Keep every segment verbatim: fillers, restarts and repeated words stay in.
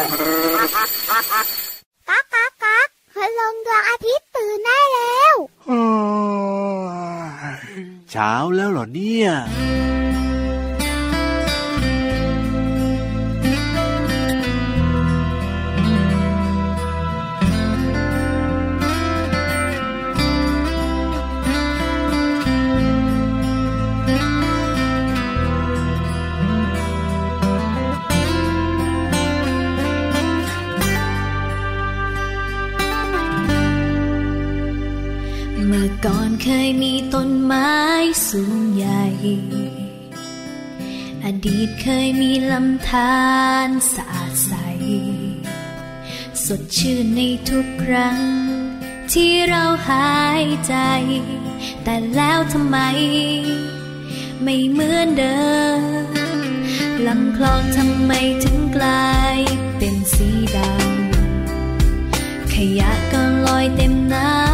ก๊ากก๊ากก๊ากพลังดวงอาทิตย์ตื่นได้แล้วเช้าแล้วเหรอเนี่ยเมื่อก่อนเคยมีต้นไม้สูงใหญ่อดีตเคยมีลำธารสะอาดใสสดชื่นในทุกครั้งที่เราหายใจแต่แล้วทำไมไม่เหมือนเดิมลำคลองทำไมถึงกลายเป็นสีดำขยะก็ลอยเต็มน้ำ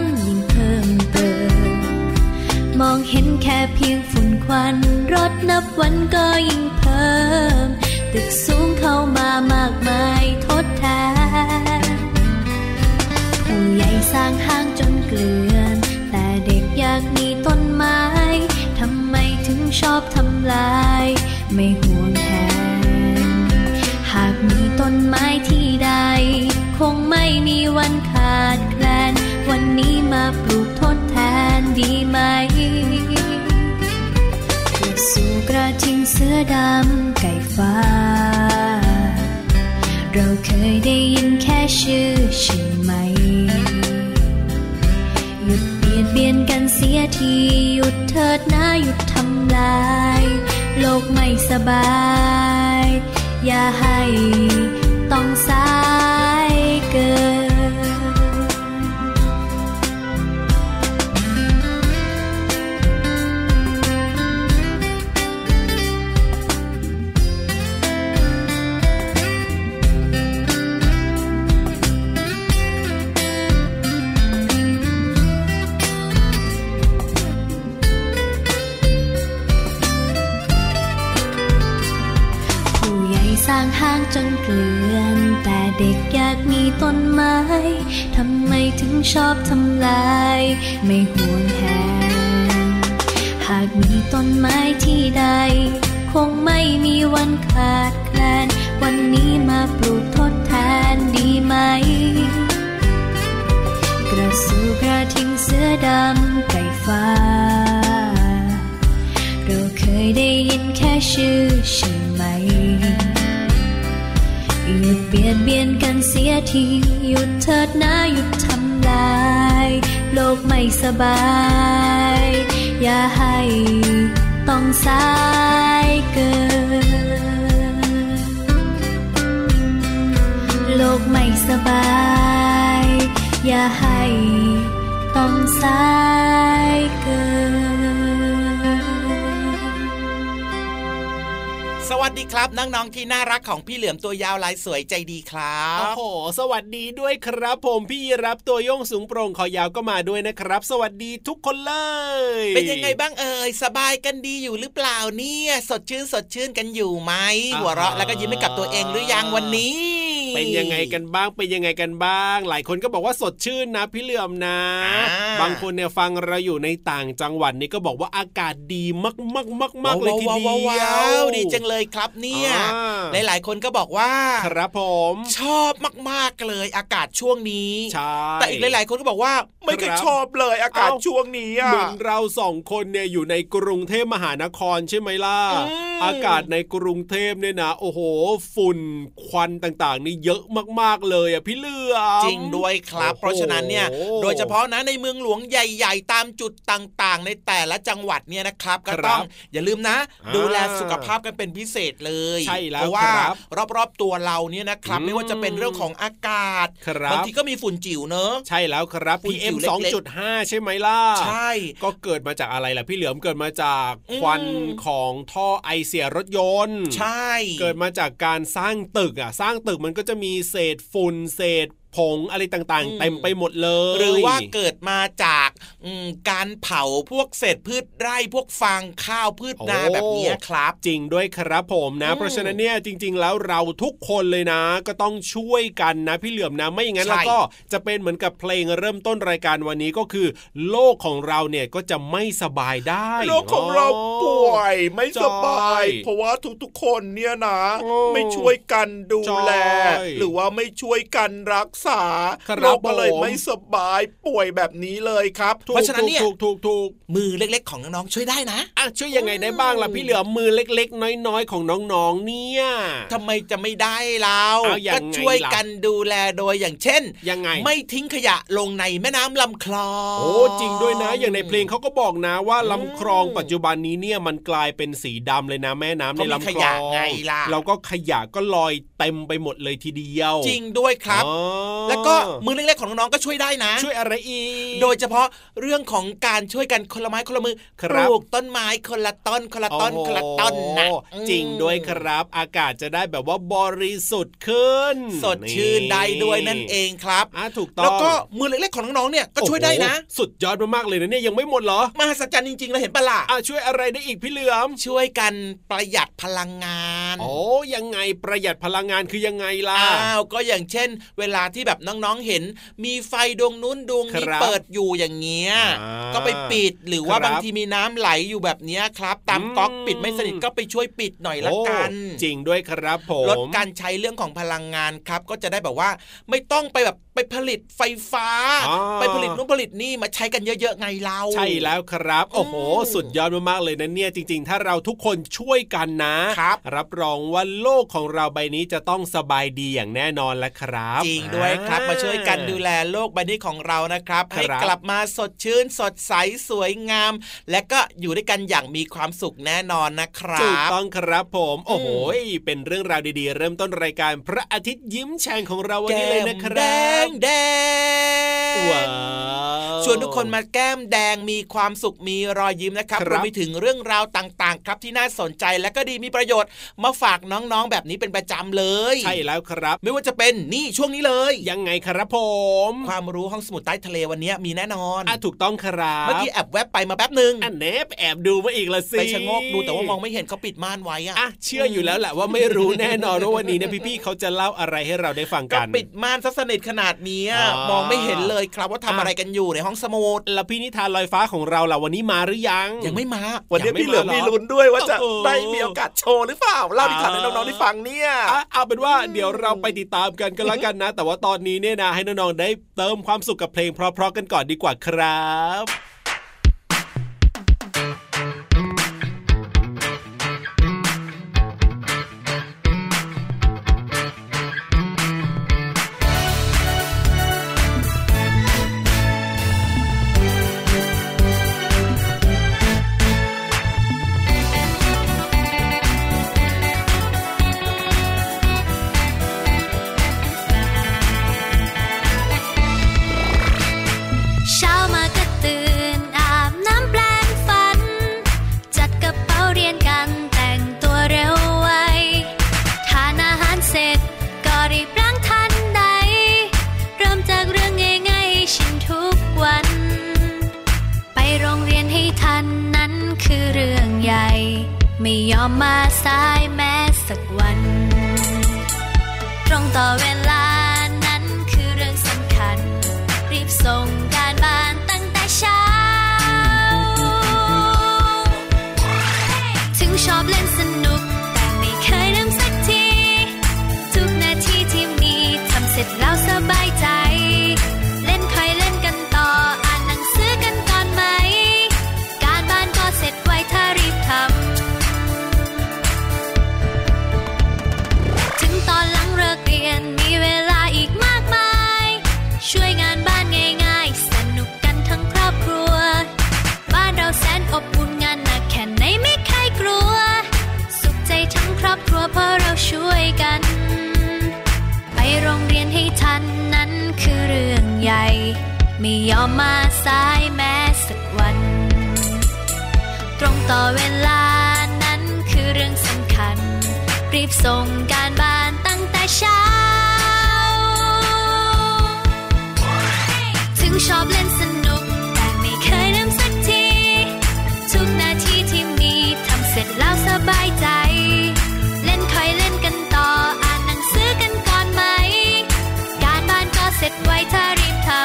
มองเห็นแค่เพียงฝุ่นควันรถนับวันก็ยิ่งเพิ่มตึกสูงเข้ามามากมายทดแทนผู้ใหญ่สร้างห้างจนเกลื่อนแต่เด็กอยากมีต้นไม้ทำไมถึงชอบทำลายไม่ห่วงแหนหากมีต้นไม้ที่ใดคงไม่มีวันขาดแคลนวันนี้มาปลูกทดแทนดีไหมกระสูกระทิงเสือดำไก่ฟ้าเราเคยได้ยินแค่ชื่อใช่ไหมหยุดเบียดเบียนกันเสียทีหยุดเถิดนะหยุดทำลายโลกไม่สบายอย่าให้ต้องสายเกินสร้างห้างจนเกลื่อนแต่เด็กอยากมีต้นไม้ทำไมถึงชอบทำลายไม่ห่วงแหนหากมีต้นไม้ที่ใดคงไม่มีวันขาดแคลนวันนี้มาปลูกทดแทนดีไหมกระสูกระทิงเสือดำไก่ฟ้าเราเคยได้ยินแค่ชื่อใช่ไหมหยุดเบียดเบียนกันเสียทีหยุดเถิดนะหยุดทำลายโลกไม่สบายอย่าให้ต้องสายเกินโลกไม่สบายอย่าให้ต้องสายเกินสวัสดีครับน้องๆที่น่ารักของพี่เหลือมตัวยาวลายสวยใจดีครับโอ้โหสวัสดีด้วยครับผมพี่รับตัวโยงสูงโปร่งคอยาวก็มาด้วยนะครับสวัสดีทุกคนเลยเป็นยังไงบ้างเอ่ยสบายกันดีอยู่หรือเปล่าเนี่ยสดชื่นสดชื่นกันอยู่ไหมหัวเราะแล้วก็ยิ้มให้กับตัวเองหรือยังวันนี้เป็นยังไงกันบ้างเป็นยังไงกันบ้างหลายคนก็บอกว่าสดชื่นนะพี่เหลือมนะบางคนเนี่ยฟังเราอยู่ในต่างจังหวัดนี่ก็บอกว่าอากาศดีมากๆๆๆเลยทีเดียวดีจังเลยครับเนี่ยหลายๆคนก็บอกว่าครับผมชอบมากๆเลยอากาศช่วงนี้แต่อีกหลายๆคนก็บอกว่าไม่ค่อยชอบเลยอากาศช่วงนี้อ่ะเหมือนเราสองคนเนี่ยอยู่ในกรุงเทพมหานครใช่ไหมล่ะอากาศในกรุงเทพเนี่ยนะโอ้โหฝุ่นควันต่างๆนี่เยอะมากๆเลยอ่ะพี่เหลือมจริงด้วยครับเพราะฉะนั้นเนี่ยโดยเฉพาะนะในเมืองหลวงใหญ่ๆตามจุดต่างๆในแต่ละจังหวัดเนี่ยนะครับก็ต้องอย่าลืมนะดูแลสุขภาพกันเป็นพิเศษเลยเพราะว่ารอบๆตัวเราเนี่ยนะครับไม่ว่าจะเป็นเรื่องของอากาศบางทีก็มีฝุ่นจิ๋วเนอะใช่แล้วครับ พี เอ็ม สองจุดห้า ใช่ไหมล่ะใช่ก็เกิดมาจากอะไรล่ะพี่เหลือมเกิดมาจากควันของท่อไอเสียรถยนต์ใช่เกิดมาจากการสร้างตึกอ่ะสร้างตึกมันก็จะมีเศษฝุ่นเศษผงอะไรต่างๆเต็มไปหมดเลยหรือว่าเกิดมาจากการเผาพวกเศษพืชไร่พวกฟางข้าวพืชนาแบบนี้ครับจริงด้วยครับผมนะเพราะฉะนั้นเนี่ยจริงๆแล้วเราทุกคนเลยนะก็ต้องช่วยกันนะพี่เหลือมนะไม่อย่างนั้นแล้วก็จะเป็นเหมือนกับเพลงเริ่มต้นรายการวันนี้ก็คือโลกของเราเนี่ยก็จะไม่สบายได้โลกของเราป่วยไม่สบายเพราะว่าทุกๆคนเนี่ยนะไม่ช่วยกันดูแลหรือว่าไม่ช่วยกันรักษาโรคก็เลยไม่สบายป่วยแบบนี้เลยครับเพราะฉะนั้นเนี่ยถูกๆมือเล็กๆของน้องๆช่วยได้นะอ่ะช่วยยังไงได้บ้างล่ะพี่เหลือมมือเล็กๆน้อยๆของน้องๆเนี่ยทำไมจะไม่ได้เราก็ช่วยกันดูแลโดยอย่างเช่นยังไงไม่ทิ้งขยะลงในแม่น้ำลำคลองโอ้จริงด้วยนะอย่างในเพลงเขาก็บอกนะว่าลำคลองปัจจุบันนี้เนี่ยมันกลายเป็นสีดำเลยนะแม่น้ำในลำคลองแล้วก็ขยะก็ลอยเต็มไปหมดเลยทีเดียวจริงด้วยครับแล้วก็มือเล็กๆของน้องๆก็ช่วยได้นะช่วยอะไรอีกโดยเฉพาะเรื่องของการช่วยกันคนละไม้คนละมือปลูกต้นไม้คนละต้นคนละต้นคนละต้นนะจริงด้วยครับอากาศจะได้แบบว่าบริสุทธิ์ขึ้นสดชื่นได้ด้วยนั่นเองครับถูกต้องแล้วก็มือเล็กๆของน้องๆเนี่ยก็ช่วยได้นะสุดยอดมากๆเลยนะเนี่ยยังไม่หมดเหรอมหัศจรรย์จริงๆเราเห็นปะล่ะช่วยอะไรได้อีกพี่เหลือมช่วยกันประหยัดพลังงานโอ้ยังไงประหยัดพลังงานคือยังไงล่ะอ้าวก็อย่างเช่นเวลาที่แบบน้องๆเห็นมีไฟดวงนู้นดวงนี้เปิดอยู่อย่างเงี้ยก็ไปปิดหรือว่าบางทีมีน้ำไหลอยู่แบบนี้ครับตามก๊อกปิดไม่สนิทก็ไปช่วยปิดหน่อยละกันจริงด้วยครับผมลดการใช้เรื่องของพลังงานครับก็จะได้แบบว่าไม่ต้องไปแบบไปผลิตไฟฟ้าไปผลิตนู่นผลิตนี่มาใช้กันเยอะๆไงเราใช่แล้วครับโอ้โหสุดยอดมากๆเลยนะเนี่ยจริงๆถ้าเราทุกคนช่วยกันนะครับรับรองว่าโลกของเราใบนี้จะต้องสบายดีอย่างแน่นอนแล้วครับจริงด้วยครับมาช่วยกันดูแลโลกใบนี้ของเรานะครับให้กลับมาสดชื่นสดใสสวยงามและก็อยู่ด้วยกันอย่างมีความสุขแน่นอนนะครับถูกต้องครับผมโอ้โหเป็นเรื่องราวดีๆเริ่มต้นรายการพระอาทิตย์ยิ้มแฉ่งของเราวันนี้เลยนะครับแดงว้าวชวนทุกคนมาแก้มแดงมีความสุขมีรอยยิ้มนะครับรวมไปถึงเรื่องราวต่างๆครับที่น่าสนใจและก็ดีมีประโยชน์มาฝากน้องๆแบบนี้เป็นประจำเลยใช่แล้วครับไม่ว่าจะเป็นนี่ช่วงนี้เลยยังไงครับผมความรู้ห้องสมุดใต้ทะเลวันนี้มีแน่นอนอ่ะถูกต้องครับเมื่อกี้แอบแวบไปมาแป๊บนึงอันเนฟแอบดูมาอีกละสิไปชะโงกดูแต่ว่ามองไม่เห็นเขาปิดม่านไว้อ่ะอ่ะเชื่ออยู่แล้วแหละว่าไม่รู้แน่นอนว่าวันนี้เนี่ยพี่ๆเขาจะเล่าอะไรให้เราได้ฟังกันก็ปิดม่านซะสนิทขนาดนี้มองไม่เห็นเลยครับว่าทำอะไรกันอยู่ในห้องสมุดแล้วพี่นิทานลอยฟ้าของเราล่ะวันนี้มาหรือยังยังไม่มาวันนี้พี่เหลือมีลุ้นด้วยว่าจะได้มีโอกาสโชว์หรือเปล่าเล่านิทานให้น้องๆได้ฟังเนี่ยเอาเป็นว่าเดี๋ยวเราไปติดตามกันกันละกันนะแต่ว่าตอนนี้เนี่ยนะให้น้องๆได้เติมความสุขกับเพลงเพราะๆกันก่อนดีกว่าครับไม่ยอมมาสายแม้สักวันตรงต่อเวลานั้นคือเรื่องสำคัญรีบส่งการบ้านตั้งแต่เช้าถึงชอบเล่นสนุกแต่ไม่เคยลืมสักทีทุกนาทีที่มีทำเสร็จแล้วสบายใจเล่นค่อยเล่นกันต่ออ่านหนังสือกันก่อนไหมการบ้านก็เสร็จไวถ้ารีบทำตอนหลังเลิกเรียนมีเวลาอีกมากมายช่วยงานบ้านง่ายๆสนุกกันทั้งครอบครัวบ้านเราแสนอบอุ่นงานหนักแค่ไหนไม่เคยกลัวสุขใจทั้งครอบครัวเพราะเราช่วยกันไปโรงเรียนให้ทันนั้นคือเรื่องใหญ่ไม่ยอมมาสายแม้สักวันตรงต่อเวลานั้นคือเรื่องสำคัญรีบส่งการบ้านตั้งแต่เช้าเสร็จไวถ้ารีบทำ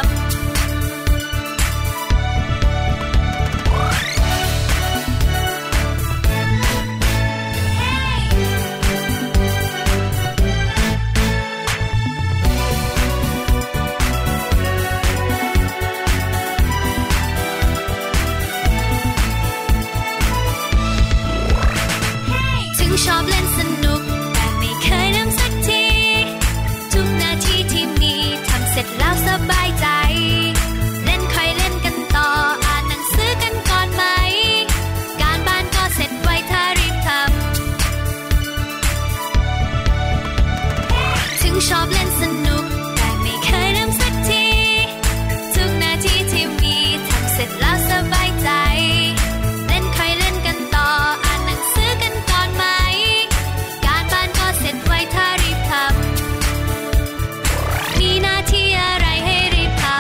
ชอบเล่นสนุกแต่ไม่เคยลืมสักทีทุกนาทีที่มีทำเสร็จแล้วสบายใจเล่นค่อยเล่นกันต่ออ่านหนังสือกันก่อนไหมการบ้านก็เสร็จไวถ้ารีบทำถึงชอบเล่นสนุกแต่ไม่เคยลืมสักทีทุกนาทีที่มีทำเสร็จแล้วสบายใจเล่นค่อยเล่นกันต่ออ่านหนังสือกันก่อนไหมมีหน้าที่อะไรให้รีบทำ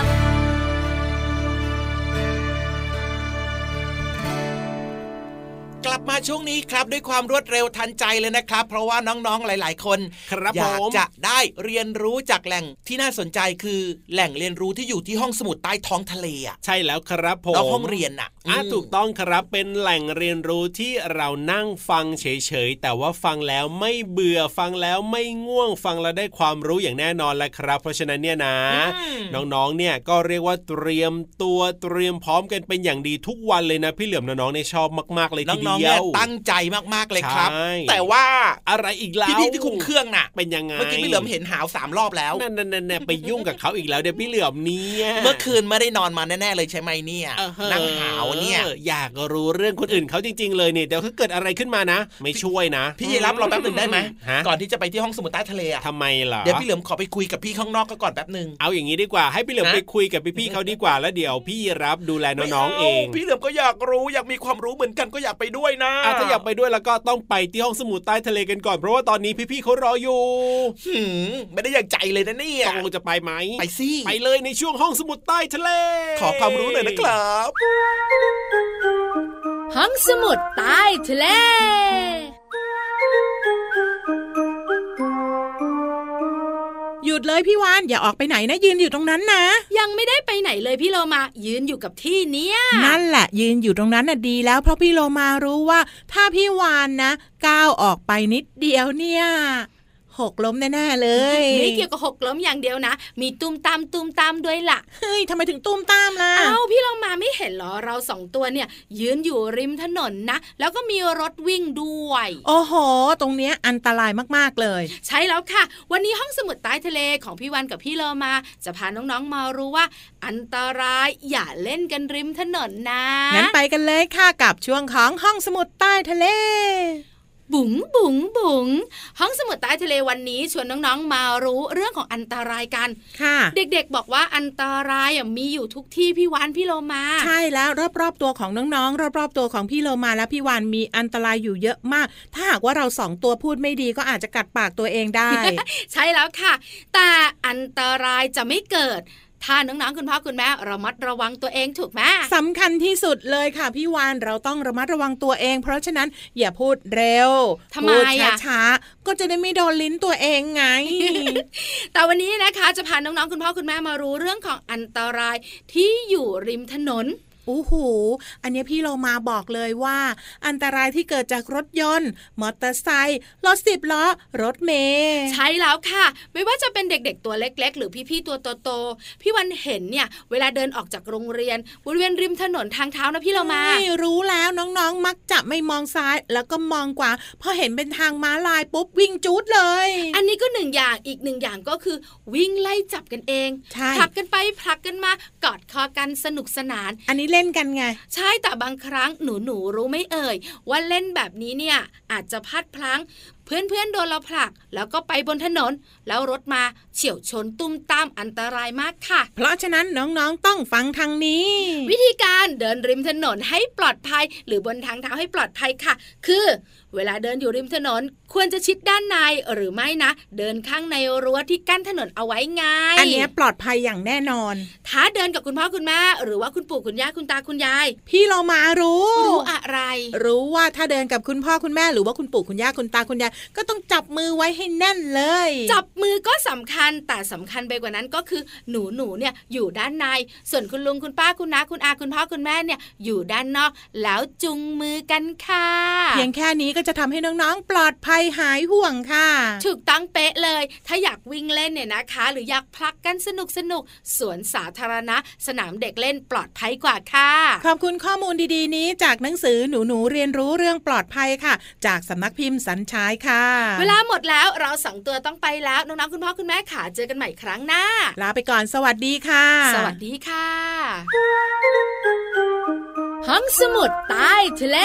กลับมาช่วงนี้ครับด้วยความรวดเร็วทันใจเลยนะครับเพราะว่าน้องๆหลายๆคนอยากจะได้เรียนรู้จากแหล่งที่น่าสนใจคือแหล่งเรียนรู้ที่อยู่ที่ห้องสมุดใต้ท้องทะเลอ่ะใช่แล้วครับผมแล้วห้องเรียนน่ะอ่ะถูกต้องครับเป็นแหล่งเรียนรู้ที่เรานั่งฟังเฉยๆแต่ว่าฟังแล้วไม่เบื่อฟังแล้วไม่ง่วงฟังแล้วได้ความรู้อย่างแน่นอนแหละครับเพราะฉะนั้นเนี่ยนะน้องๆเนี่ยก็เรียกว่าเตรียมตัวเตรียมพร้อมกันเป็นอย่างดีทุกวันเลยนะพี่เหลือมน้องๆเนี่ยชอบมากๆเลยทีเดียวน้องๆเนี่ยตั้งใจมากๆเลยครับแต่ว่าอะไรอีกแล้วพี่ๆที่คุมเครื่องน่ะเป็นยังไงเมื่อกี้พี่เหลือมเห็นหาวสามรอบแล้วนั่นๆๆไปยุ่งกับเขาอีกแล้วเดี๋ยวพี่เหลือมเนี่ยเมื่อคืนไม่ได้นอนมาแน่ๆเลยใช่ไหมเนี่ยนั่งหาวเนี่ยอยากรู้เรื่องคนอื่นเขาจริงๆเลยเนี่ยเดี๋ยวถ้าเกิดอะไรขึ้นมานะไม่ช่วยนะพี่ยีรับเราแป๊บนึงได้ไหมก่อนที่จะไปที่ห้องสมุดใต้ทะเลอ่ะทำไมล่ะเดี๋ยวพี่เหลือมขอไปคุยกับพี่ข้างนอกก่อนแป๊บนึงเอาอย่างนี้ดีกว่าให้พี่เหลือมไปคุยกับพี่ๆเขาดีกว่าแล้วเดี๋ยวพี่รับดูแลน้องๆเองพี่เหลือมก็อยากรู้อยากมีความรู้เหมือนกันก็อยากไปด้วยนะถ้าอยากไปด้วยแล้วก็ต้องไปที่ห้องสมุดใต้ทะเลกันก่อนเพราะว่าตอนนี้พี่ๆเขารออยู่หืมไม่ได้อยากใจเลยนะเนี่ยต้องจะไปไหมไปสิไปเลยในช่วงห้องสมุดใต้ทะเลขอความรู้หน่อยนะครับห้องสมุดใต้ทะเลหยุดเลยพี่วานอย่าออกไปไหนนะยืนอยู่ตรงนั้นนะยังไม่ได้ไปไหนเลยพี่โลมายืนอยู่กับที่เนี้ยนั่นแหละยืนอยู่ตรงนั้นน่ะดีแล้วเพราะพี่โลมารู้ว่าถ้าพี่วานนะก้าวออกไปนิดเดียวเนี่ยหกล้มแน่ๆเลยไม่เกี่ยวกับหกล้มอย่างเดียวนะมีตุ้มตามตุ้มตามด้วยล่ะเฮ้ยทำไมถึงตุ้มตามล่ะเอ้าพี่เรามาไม่เห็นเหรอเราสองตัวเนี่ยยืนอยู่ริมถนนนะแล้วก็มีรถวิ่งด้วยโอ้โหตรงเนี้ยอันตรายมากๆเลยใช่แล้วค่ะวันนี้ห้องสมุดใต้ทะเลของพี่วันกับพี่เรามาจะพาน้องๆมารู้ว่าอันตรายอย่าเล่นกันริมถนนนะงั้นไปกันเลยค่ะกับช่วงของห้องสมุดใต้ทะเลบุ๋งบุ๋งบุ๋งห้องสมุดใต้ทะเลวันนี้ชวนน้องๆมารู้เรื่องของอันตรายกันค่ะเด็กๆบอกว่าอันตรายมีอยู่ทุกที่พี่วานพี่โลมาใช่แล้วรอบๆตัวของน้องๆรอบๆตัวของพี่โลมาและพี่วานมีอันตรายอยู่เยอะมากถ้าหากว่าเราสองตัวพูดไม่ดีก็อาจจะกัดปากตัวเองได้ใช่แล้วค่ะแต่อันตรายจะไม่เกิดถ้าน้องๆคุณพ่อคุณแม่ระมัดระวังตัวเองถูกไหมสำคัญที่สุดเลยค่ะพี่วานเราต้องระมัดระวังตัวเองเพราะฉะนั้นอย่าพูดเร็วพูดช้าๆก็จะได้ไม่โดนลิ้นตัวเองไงแต่วันนี้นะคะจะพาน้องๆคุณพ่อคุณแม่มารู้เรื่องของอันตรายที่อยู่ริมถนนโอ้โหอันนี้พี่เรามาบอกเลยว่าอันตรายที่เกิดจากรถยนต์มอเตอร์ไซค์รถสิบล้อรถเมล์ใช่แล้วค่ะไม่ว่าจะเป็นเด็กๆตัวเล็กๆหรือพี่ๆตัวโตๆพี่วันเห็นเนี่ยเวลาเดินออกจากโรงเรียนบริเวณริมถนนทางเท้านะพี่เรามาไม่รู้แล้วน้องๆมักจะไม่มองซ้ายแล้วก็มองขวาพอเห็นเป็นทางม้าลายปุ๊บวิ่งจู๊ดเลยอันนี้ก็หนึ่งอย่างอีกหนึ่งอย่างก็คือวิ่งไล่จับกันเองผลักกันไปผลักกันมากอดคอกันสนุกสนานอันนี้เล่นกันไงใช่แต่บางครั้งหนูหนูรู้ไม่เอ่ยว่าเล่นแบบนี้เนี่ยอาจจะพลาดพลั้งเพื่อนๆโดนเราผลักแล้วก็ไปบนถนนแล้วรถมาเฉี่ยวชนตุ้มตามอันตรายมากค่ะเพราะฉะนั้นน้องๆต้องฟังทางนี้วิธีการเดินริมถนนให้ปลอดภัยหรือบนทางเท้าให้ปลอดภัยค่ะคือเวลาเดินอยู่ริมถนนควรจะชิดด้านในหรือไม่นะเดินข้างในรั้วที่กั้นถนนเอาไว้ไงอันนี้ปลอดภัยอย่างแน่นอนถ้าเดินกับคุณพ่อคุณแม่หรือว่าคุณปู่คุณย่าคุณตาคุณยายพี่เรามารู้รู้อะไรรู้ว่าถ้าเดินกับคุณพ่อคุณแม่หรือว่าคุณปู่คุณย่าคุณตาคุณยายก็ต้องจับมือไว้ให้แน่นเลยจับมือก็สำคัญแต่สำคัญไปกว่านั้นก็คือหนูหนูเนี่ยอยู่ด้านในส่วนคุณลุงคุณป้าคุณน้าคุณอาคุณพ่อคุณแม่เนี่ยอยู่ด้านนอกแล้วจุงมือกันค่ะเพียงแค่นี้ก็จะทำให้น้องๆปลอดภัยหายห่วงค่ะถูกต้องเป๊ะเลยถ้าอยากวิ่งเล่นเนี่ยนะคะหรืออยากพลักกันสนุกสนุกสวนสาธารณะสนามเด็กเล่นปลอดภัยกว่าค่ะขอบคุณข้อมูลดีๆนี้จากหนังสือหนูหนูเรียนรู้เรื่องปลอดภัยค่ะจากสำนักพิมพ์สัญชัยค่ะเวลาหมดแล้วเราสองตัวต้องไปแล้วน้องๆคุณพ่อคุณแม่ขาเจอกันใหม่ครั้งหน้าลาไปก่อนสวัสดีค่ะสวัสดีค่ะห้องสมุดใต้ทะเล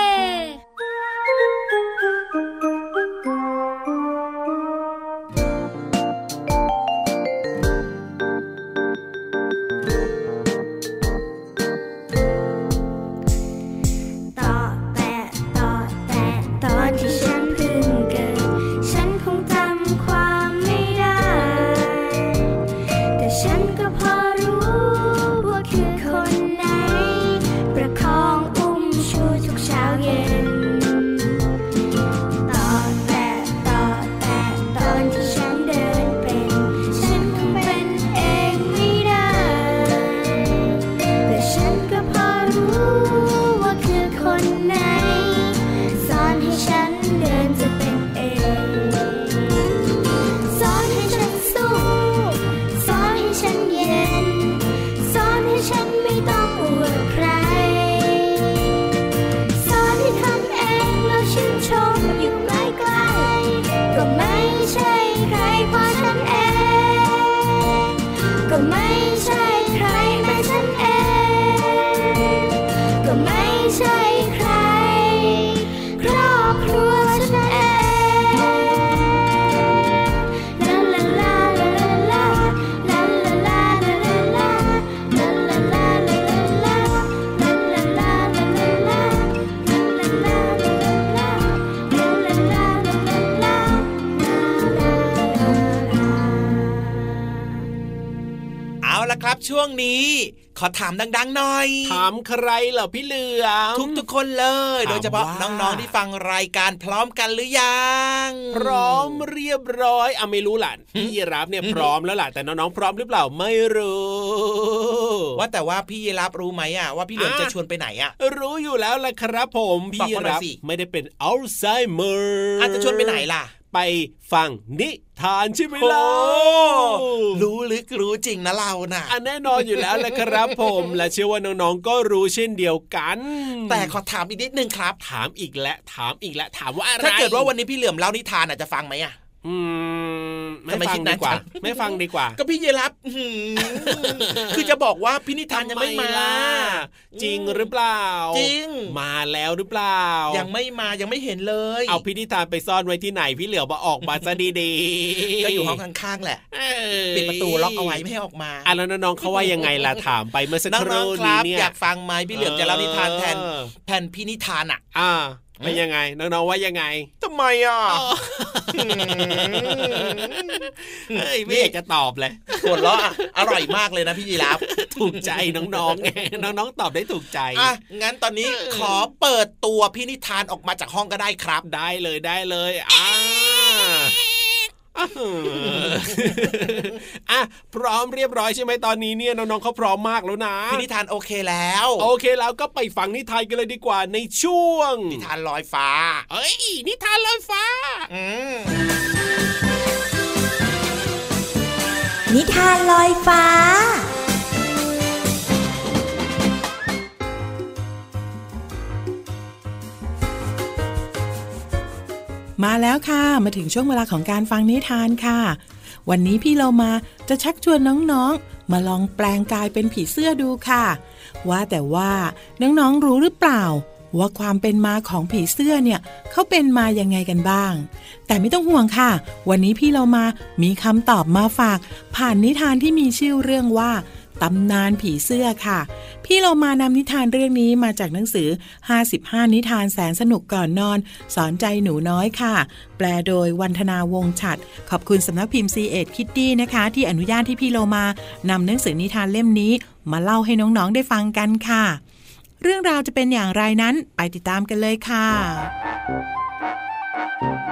ช่วงนี้ขอถามดังๆหน่อยถามใครเหรอพี่เหลือมทุกๆคนเลยโดยเฉพาะน้องๆที่ฟังรายการพร้อมกันหรือยังพร้อมเรียบร้อยอ่ะไม่รู้ล่ะพี่ยีราฟเนี่ยพร้อมแล้วล่ะแต่น้องๆพร้อมหรือเปล่าไม่รู้ว่าแต่ว่าพี่ยีราฟรู้ไหมอ่ะว่าพี่เหลือมจะชวนไปไหนอ่ะรู้อยู่แล้วล่ะครับผมพี่ยีราฟไม่ได้เป็นอัลไซเมอร์อาจจะชวนไปไหนล่ะไปฟังนิทานใช่ไหมล่ะรู้ลึกรู้จริงนะเราน่ะแน่นอนอยู่แล้วแหละครับผมและเชื่อว่าน้องๆก็รู้เช่นเดียวกันแต่ขอถามอีกนิดนึงครับถามอีกและถามอีกและถามว่าอะไรถ้าเกิดว่าวันนี้พี่เหลือมเล่านิทานอาจจะฟังไหมอ่ะอืมไม่ฟังดีกว่าไม่ฟังดีกว่าก็พี่เยรับคือจะบอกว่าพี่นิทานยังไม่มาจริงหรือเปล่าจริงมาแล้วหรือเปล่ายังไม่มายังไม่เห็นเลยเอาพี่นิทานไปซ่อนไว้ที่ไหนพี่เหลือมาออกมาซะดีๆก็อยู่ห้องข้างๆแหละปิดประตูล็อกเอาไว้ไม่ให้ออกมาอ่ะแล้วน้องๆเขาว่ายังไงล่ะถามไปเมื่อสักครู่นี้เนี่ยอยากฟังไหมพี่เหลือจะเล่านิทานแทนแทนพี่นิทานอ่ะอ่าเป็นยังไงน้องๆว่ายังไงทำไมอ่ะไม่อยากจะตอบเลยหัวเราะอร่อยมากเลยนะพี่ยีราฟถูกใจน้องๆไงน้องๆตอบได้ถูกใจอ่ะงั้นตอนนี้ขอเปิดตัวพี่นิทานออกมาจากห้องก็ได้ครับได้เลยได้เลยอ่าอ่ะพร้อมเรียบร้อยใช่ไหมตอนนี้เนี่ยน้องๆเขาพร้อมมากแล้วนะพี่นิทานโอเคแล้วโอเคแล้วก็ไปฟังนิทานกันเลยดีกว่าในช่วงนิทานลอยฟ้าเอ้ยนิทานลอยฟ้าอืมนิทานลอยฟ้ามาแล้วค่ะมาถึงช่วงเวลาของการฟังนิทานค่ะวันนี้พี่เรามาจะชักชวนน้องๆมาลองแปลงกายเป็นผีเสื้อดูค่ะว่าแต่ว่าน้องๆรู้หรือเปล่าว่าความเป็นมาของผีเสื้อเนี่ยเขาเป็นมายังไงกันบ้างแต่ไม่ต้องห่วงค่ะวันนี้พี่เรามามีคำตอบมาฝากผ่านนิทานที่มีชื่อเรื่องว่าตำนานผีเสื้อค่ะพี่เรามานำนิทานเรื่องนี้มาจากหนังสือห้าสิบห้านิทานแสนสนุกก่อนนอนสอนใจหนูน้อยค่ะแปลโดยวันธนาวงศ์ฉัตรขอบคุณสำนักพิมพ์ ซี เอ็ด Kitty นะคะที่อนุญาตให้พี่เรามานำหนังสือนิทานเล่มนี้มาเล่าให้น้องๆได้ฟังกันค่ะเรื่องราวจะเป็นอย่างไรนั้นไปติดตามกันเลยค่ะ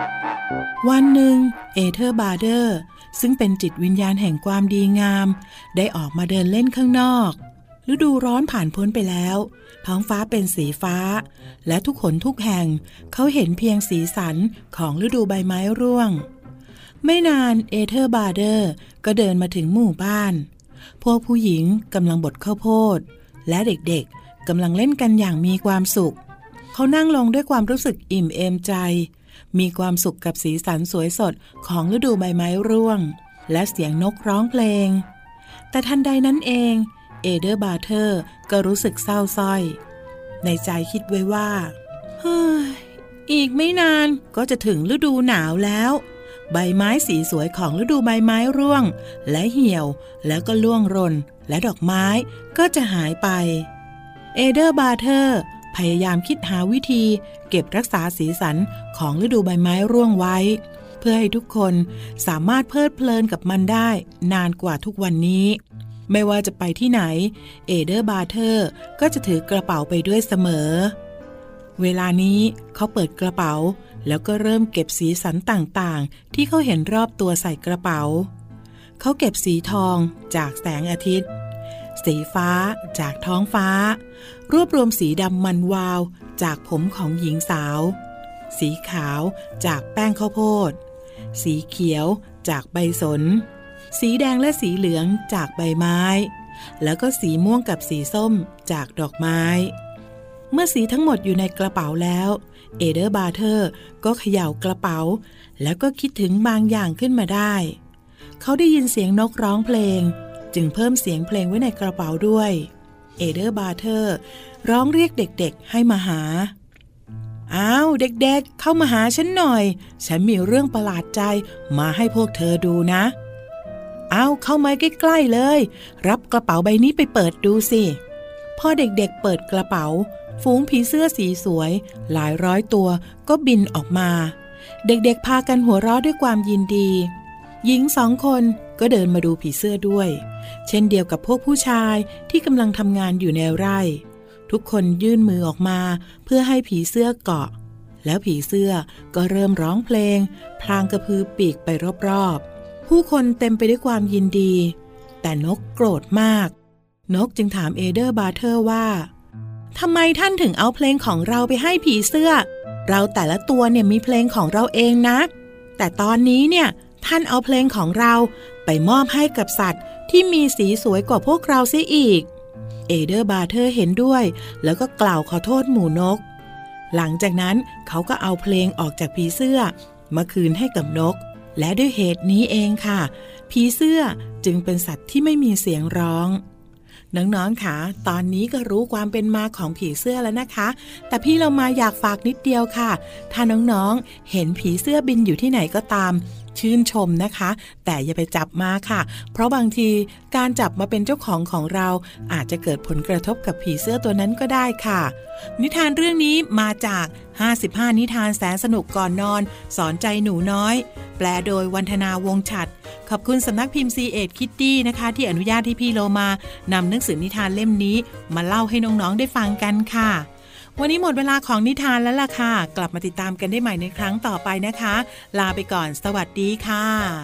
วันหนึ่งเอเธอร์บาร์เดอร์ซึ่งเป็นจิตวิญญาณแห่งความดีงามได้ออกมาเดินเล่นข้างนอกฤดูร้อนผ่านพ้นไปแล้วท้องฟ้าเป็นสีฟ้าและทุกขนทุกแห่งเขาเห็นเพียงสีสันของฤดูใบไม้ร่วงไม่นานเอเธอร์บาร์เดอร์ก็เดินมาถึงหมู่บ้านพวกผู้หญิงกำลังบดข้าวโพดและเด็กๆกำลังเล่นกันอย่างมีความสุขเขานั่งลงด้วยความรู้สึกอิ่มเอมใจมีความสุขกับสีสันสวยสดของฤดูใบไม้ร่วงและเสียงนกร้องเพลงแต่ทันใดนั้นเองเอเธอร์บาร์เทอร์ก็รู้สึกเศร้าส้อยในใจคิดไว้ว่าเฮ้ยอีกไม่นานก็จะถึงฤดูหนาวแล้วใบไม้สีสวยของฤดูใบไม้ร่วงและเหี่ยวแล้วก็ร่วงหล่นและดอกไม้ก็จะหายไปเอเธอร์บาร์เทอร์พยายามคิดหาวิธีเก็บรักษาสีสันของฤดูใบไม้ร่วงไว้เพื่อให้ทุกคนสามารถเพลิดเพลินกับมันได้นานกว่าทุกวันนี้ไม่ว่าจะไปที่ไหนเอเธอร์บาร์เทอร์ก็จะถือกระเป๋าไปด้วยเสมอเวลานี้เขาเปิดกระเป๋าแล้วก็เริ่มเก็บสีสันต่างๆที่เขาเห็นรอบตัวใส่กระเป๋าเขาเก็บสีทองจากแสงอาทิตย์สีฟ้าจากท้องฟ้ารวบรวมสีดำมันวาวจากผมของหญิงสาวสีขาวจากแป้งข้าวโพดสีเขียวจากใบสนสีแดงและสีเหลืองจากใบไม้แล้วก็สีม่วงกับสีส้มจากดอกไม้เมื่อสีทั้งหมดอยู่ในกระเป๋าแล้วเอเธอร์บาร์เทอร์ก็เขย่ากระเป๋าแล้วก็คิดถึงบางอย่างขึ้นมาได้เขาได้ยินเสียงนกร้องเพลงจึงเพิ่มเสียงเพลงไว้ในกระเป๋าด้วยเอเธอร์บาร์เทอร์ร้องเรียกเด็กๆให้มาหาอ้าวเด็กๆเข้ามาหาฉันหน่อยฉันมีเรื่องประหลาดใจมาให้พวกเธอดูนะเอาเข้ามาใกล้ๆเลยรับกระเป๋าใบนี้ไปเปิดดูสิพอเด็กๆเปิดกระเป๋าฝูงผีเสื้อสีสวยหลายร้อยตัวก็บินออกมาเด็กๆพากันหัวเราะด้วยความยินดีหญิงสองคนก็เดินมาดูผีเสื้อด้วยเช่นเดียวกับพวกผู้ชายที่กำลังทำงานอยู่ในไร่ทุกคนยื่นมือออกมาเพื่อให้ผีเสื้อเกาะแล้วผีเสื้อก็เริ่มร้องเพลงพลางกระพือปีกไปรอบๆผู้คนเต็มไปด้วยความยินดีแต่นกโกรธมากนกจึงถามเอเธอร์บาร์เทอร์ว่าทำไมท่านถึงเอาเพลงของเราไปให้ผีเสื้อเราแต่ละตัวเนี่ยมีเพลงของเราเองนะแต่ตอนนี้เนี่ยท่านเอาเพลงของเราไปมอบให้กับสัตว์ที่มีสีสวยกว่าพวกเราเสียอีกเอเธอร์บาร์เทอร์เห็นด้วยแล้วก็กล่าวขอโทษหมู่นกหลังจากนั้นเขาก็เอาเพลงออกจากผีเสื้อมาคืนให้กับนกและด้วยเหตุนี้เองค่ะผีเสื้อจึงเป็นสัตว์ที่ไม่มีเสียงร้องน้องๆค่ะตอนนี้ก็รู้ความเป็นมาของผีเสื้อแล้วนะคะแต่พี่เรามาอยากฝากนิดเดียวค่ะถ้าน้องๆเห็นผีเสื้อบินอยู่ที่ไหนก็ตามชื่นชมนะคะแต่อย่าไปจับมาค่ะเพราะบางทีการจับมาเป็นเจ้าของของเราอาจจะเกิดผลกระทบกับผีเสื้อตัวนั้นก็ได้ค่ะนิทานเรื่องนี้มาจากห้าสิบห้านิทานแสนสนุกก่อนนอนสอนใจหนูน้อยแปลโดยวันธนาวงศ์ฉัตรขอบคุณสำนักพิมพ์ ซี เอ็ด Kitty นะคะที่อนุญาตให้พี่โลมานำหนังสือนิทานเล่มนี้มาเล่าให้น้องๆได้ฟังกันค่ะวันนี้หมดเวลาของนิทานแล้วล่ะค่ะกลับมาติดตามกันได้ใหม่ในครั้งต่อไปนะคะลาไปก่อนสวัสดีค่ะ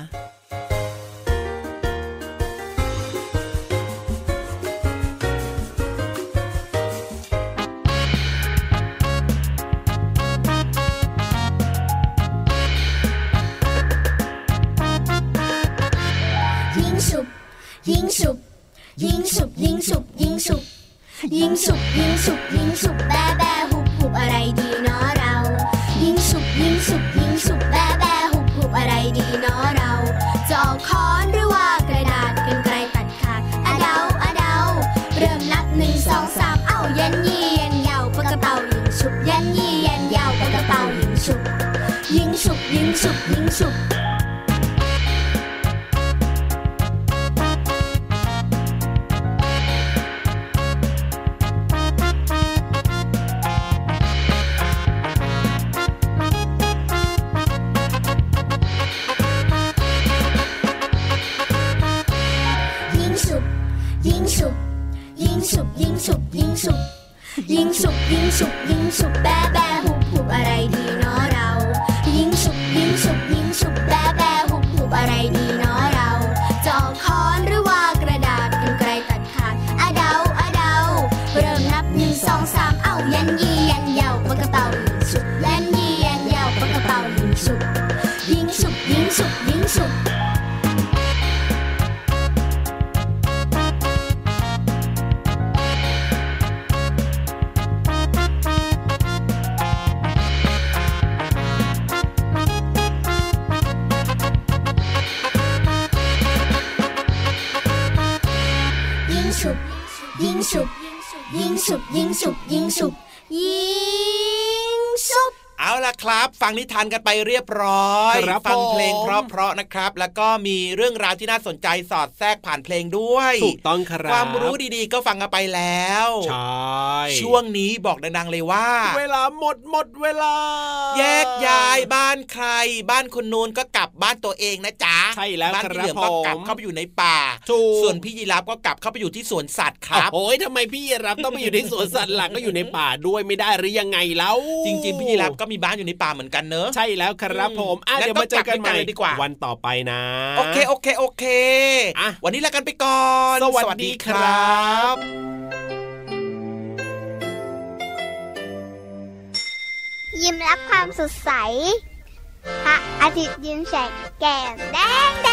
ยิงฉุบยิงฉุบยิงฉุบยิงฉุบยิงฉุบยิงฉุบยิงฉุบยิงฉุบแบ้แบ้หุบหุบอะไรดีเนาะเรายิงฉุบยิงฉุบยิงฉุบแบ้แบ้หุบหุบอะไรดีเนาะเราจะเอาค้อนหรือว่ากระดาษกรรไกรตัดขาดอะเดาอะเดาเริ่มนับหนึ่งสองสามเอ้ายันยี่ยันยาวปากกระเป๋ายิงฉุบยันยี่ยันยาวปากกระเป๋ายิงฉุบยิงฉุบยิงฉุบยิงฉุบยิงฉุบยิงฉุบยิงฉุบยิงฉุบยิงฉุบยิงฉุบยิงฉุบแบ้แบ้หุบหุบอะไรดีเนาะเรายิงฉุบยิงฉุบยิงฉุบยิงฉุบยิงฉุบยิงฉุบยิงฉุบเอาล่ะครับฟังนิทานกันไปเรียบร้อยฟังเพลงเพราะๆนะครับแล้วก็มีเรื่องราวที่น่าสนใจสอดแทรกผ่านเพลงด้วยถูกต้องครับความรู้ดีๆก็ฟังกันไปแล้วใช่ช่วงนี้บอกดังๆเลยว่าเวลาหมดหมดเวลาแยกย้ายบ้านใครบ้านคนนู้นก็กลับบ้านตัวเองนะจ๊ะใช่แล้วบ้านพี่เหลือมก็กลับเข้าไปอยู่ในป่าส่วนพี่ยีราฟก็กลับเข้าไปอยู่ที่สวนสัตว์ครับโอ้ยทำไมพี่ยีราฟต้องไปอยู่ในสวนสัตว์หลักก็อยู่ในป่าด้วยไม่ได้หรือยังไงแล้วจริงๆพี่ยีราฟก็มีบ้านอยู่ในป่าเหมือนกันเนอะใช่แล้วครับผมอ่ะเดี๋ยวมาเจอกันใหม่ดีกว่าวันต่อไปนะโอเคโอเคโอเคอ่ะวันนี้ลากันไปก่อนสวัสดีครับยิ้มรับความสดใสพระอาทิตย์ยิ้มแฉกแก้มแดงแด